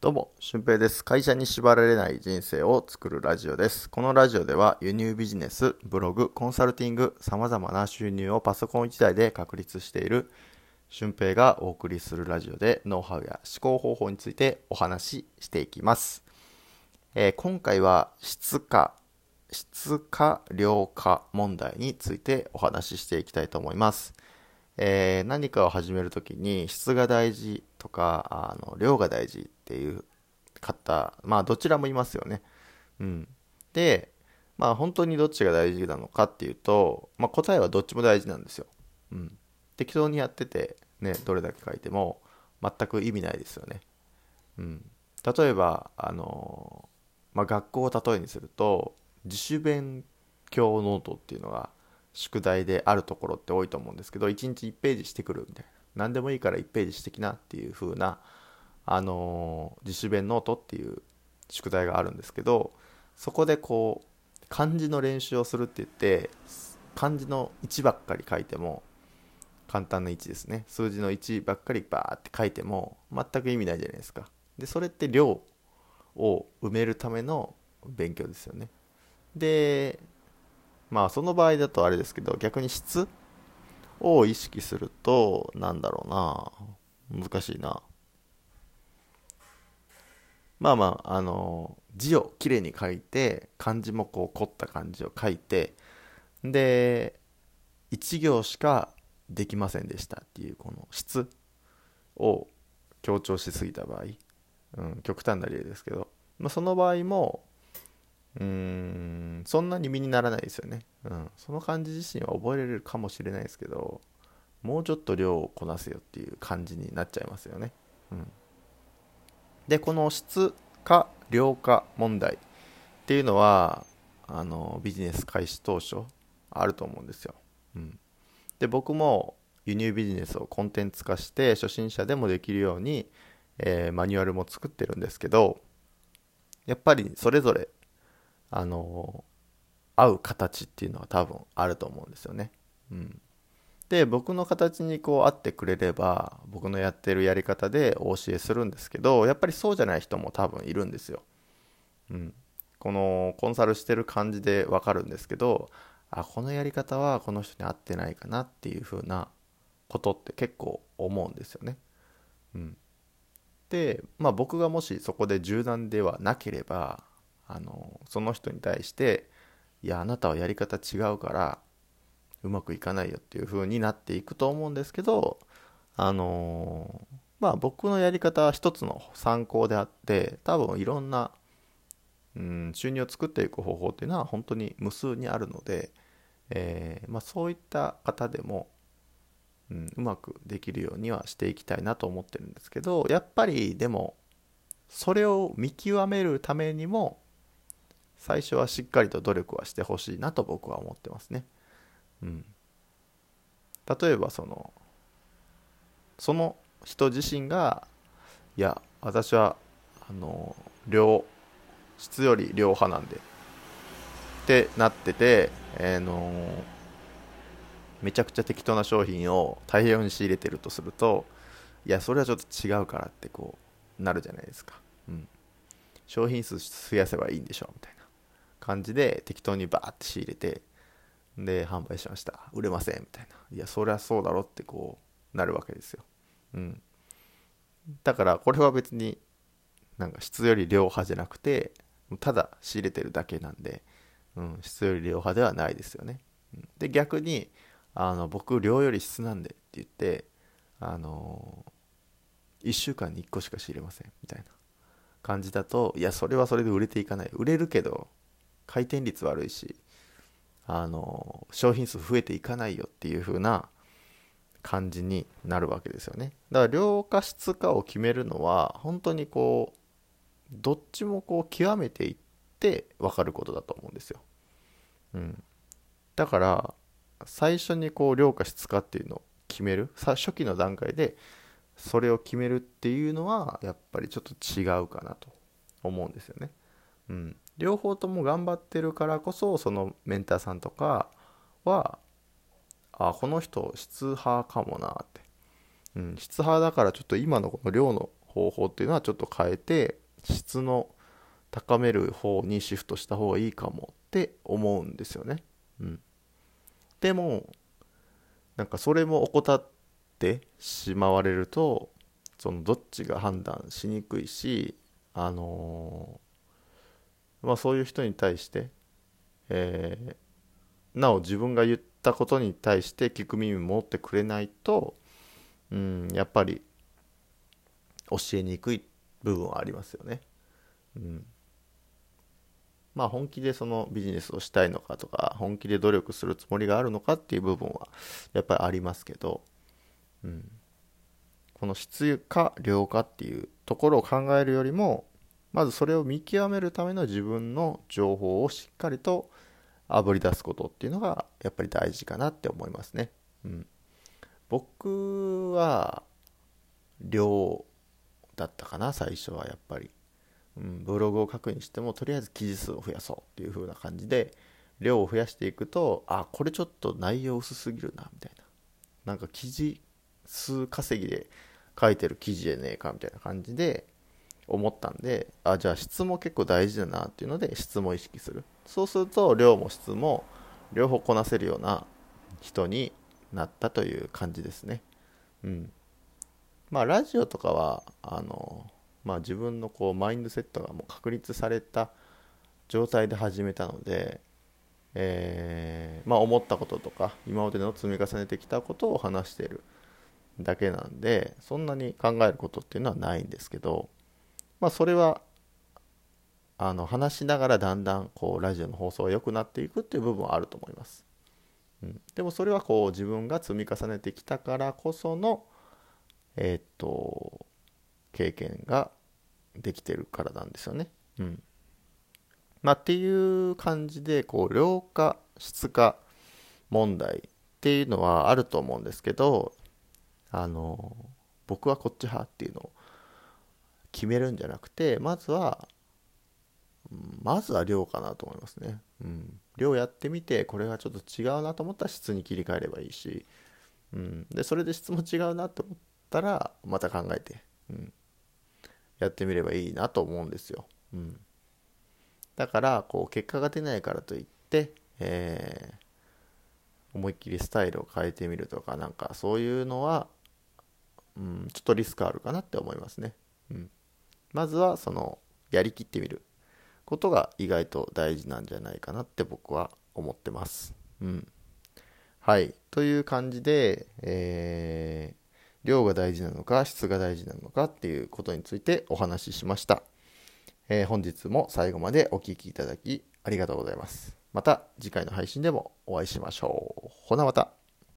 どうも、俊平です。会社に縛られない人生を作るラジオです。このラジオでは輸入ビジネス、ブログ、コンサルティング、様々な収入をパソコン1台で確立している俊平がお送りするラジオでノウハウや思考方法についてお話ししていきます。今回は質化量化問題についてお話ししていきたいと思います。何かを始めるときに質が大事とか量が大事っていう方、どちらもいますよね。うん。で、本当にどっちが大事なのかっていうと、答えはどっちも大事なんですよ。うん。適当にやっててね、どれだけ書いても全く意味ないですよね。うん。例えば学校を例えにすると、自主勉強ノートっていうのが宿題であるところって多いと思うんですけど、1日1ページしてくるみたいな。何でもいいから1ページしてきなっていう風な、自主勉ノートっていう宿題があるんですけど、そこで漢字の練習をするって言って、漢字の1ばっかり書いても、簡単な1ですね。数字の1ばっかりバーって書いても、全く意味ないじゃないですか。で、それって量を埋めるための勉強ですよね。で、その場合だとあれですけど、逆に質を意識すると、なんだろうな、難しいな。字をきれいに書いて、漢字も凝った漢字を書いて、で、一行しかできませんでしたっていうこの質を強調しすぎた場合、極端な例ですけど、その場合もそんなに身にならないですよね。その漢字自身は覚えられるかもしれないですけど、もうちょっと量をこなせよっていう感じになっちゃいますよね。うん、で、この質化量化問題っていうのは、ビジネス開始当初あると思うんですよ。うん、で、僕も輸入ビジネスをコンテンツ化して初心者でもできるように、マニュアルも作ってるんですけど、やっぱりそれぞれあの合う形っていうのは多分あると思うんですよね。うん、で、僕の形に合ってくれれば、僕のやってるやり方でお教えするんですけど、やっぱりそうじゃない人も多分いるんですよ。うん。このコンサルしてる感じでわかるんですけど、このやり方はこの人に合ってないかなっていう風なことって結構思うんですよね。うん。で、僕がもしそこで柔軟ではなければ、その人に対して、いや、あなたはやり方違うから、うまくいかないよっていう風になっていくと思うんですけど、僕のやり方は一つの参考であって、多分いろんな、収入を作っていく方法っていうのは本当に無数にあるので、そういった方でも、うまくできるようにはしていきたいなと思ってるんですけど、やっぱりでもそれを見極めるためにも最初はしっかりと努力はしてほしいなと僕は思ってますね。うん、例えばその人自身が、いや私は量質より量派なんでってなってて、めちゃくちゃ適当な商品を大量に仕入れてるとすると、いやそれはちょっと違うからってなるじゃないですか。うん、商品数増やせばいいんでしょみたいな感じで適当にバーって仕入れて、で販売しました、売れませんみたいな、いやそりゃそうだろってなるわけですよ。うん、だからこれは別になんか質より量派じゃなくて、ただ仕入れてるだけなんで、質より量派ではないですよね。で、逆に、僕、量より質なんでって言って、あの1週間に1個しか仕入れませんみたいな感じだと、いや、それはそれで売れていかない。売れるけど、回転率悪いし、商品数増えていかないよっていう風な感じになるわけですよね。だから量か質かを決めるのは、本当にどっちも極めていって分かることだと思うんですよ。うん。だから最初に量か質かっていうのを決める、初期の段階でそれを決めるっていうのはやっぱりちょっと違うかなと思うんですよね。うん。両方とも頑張ってるからこそ、そのメンターさんとかは、この人質派かもなって、質派だからちょっと今のこの量の方法っていうのはちょっと変えて、質の高める方にシフトした方がいいかもって思うんですよね。うん。でも、なんかそれも怠ってしまわれると、そのどっちが判断しにくいし、そういう人に対して、えなお自分が言ったことに対して聞く耳持ってくれないと、やっぱり教えにくい部分はありますよね。うん、本気でそのビジネスをしたいのかとか、本気で努力するつもりがあるのかっていう部分はやっぱりありますけど、うん、この質か量かっていうところを考えるよりも、まずそれを見極めるための自分の情報をしっかりとあぶり出すことっていうのがやっぱり大事かなって思いますね。うん、僕は量だったかな、最初はやっぱり。ブログを書くにしてもとりあえず記事数を増やそうっていう風な感じで量を増やしていくと、これちょっと内容薄すぎるなみたいな、なんか記事数稼ぎで書いてる記事でねえかみたいな感じで思ったんで、じゃあ質も結構大事だなっていうので質も意識する。そうすると量も質も両方こなせるような人になったという感じですね。うん。ラジオとかは自分のこうマインドセットがもう確立された状態で始めたので、思ったこととか今までの積み重ねてきたことを話しているだけなんで、そんなに考えることっていうのはないんですけど、それは話しながらだんだんこうラジオの放送が良くなっていくっていう部分はあると思います。でもそれはこう自分が積み重ねてきたからこその経験ができてるからなんですよね。っていう感じでこう量化質化問題っていうのはあると思うんですけど、僕はこっち派っていうのを決めるんじゃなくて、まずは量かなと思いますね。量やってみてこれがちょっと違うなと思ったら質に切り替えればいいし、でそれで質も違うなと思ったらまた考えて、やってみればいいなと思うんですよ。だからこう結果が出ないからといって、思いっきりスタイルを変えてみるとか、なんかそういうのは、ちょっとリスクあるかなって思いますね。まずはそのやりきってみることが意外と大事なんじゃないかなって僕は思ってます。はい。という感じで、量が大事なのか質が大事なのかっていうことについてお話ししました。本日も最後までお聞きいただきありがとうございます。また次回の配信でもお会いしましょう。ほなまた。